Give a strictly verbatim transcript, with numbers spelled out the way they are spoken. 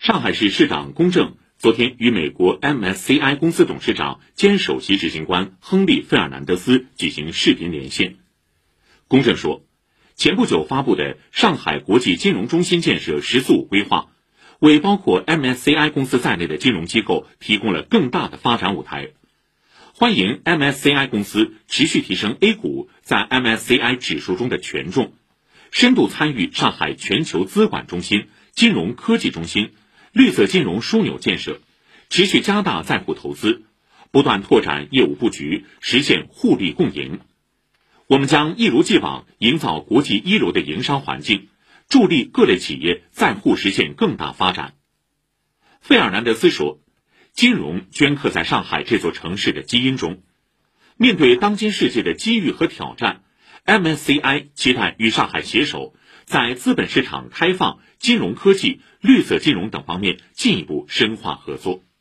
上海市市长龚正昨天与美国 M S C I 公司董事长兼首席执行官亨利·费尔南德斯举行视频连线。龚正说，前不久发布的上海国际金融中心建设“十四五”规划，为包括 M S C I 公司在内的金融机构提供了更大的发展舞台。欢迎 M S C I 公司持续提升 A 股在 M S C I 指数中的权重，深度参与上海全球资管中心、金融科技中心、绿色金融枢纽建设，持续加大在沪投资，不断拓展业务布局，实现互利共赢。我们将一如既往营造国际一流的营商环境，助力各类企业在沪实现更大发展。费尔南德斯说，金融镌刻在上海这座城市的基因中。面对当今世界的机遇和挑战， M S C I 期待与上海携手，在资本市场开放、金融科技、绿色金融等方面进一步深化合作。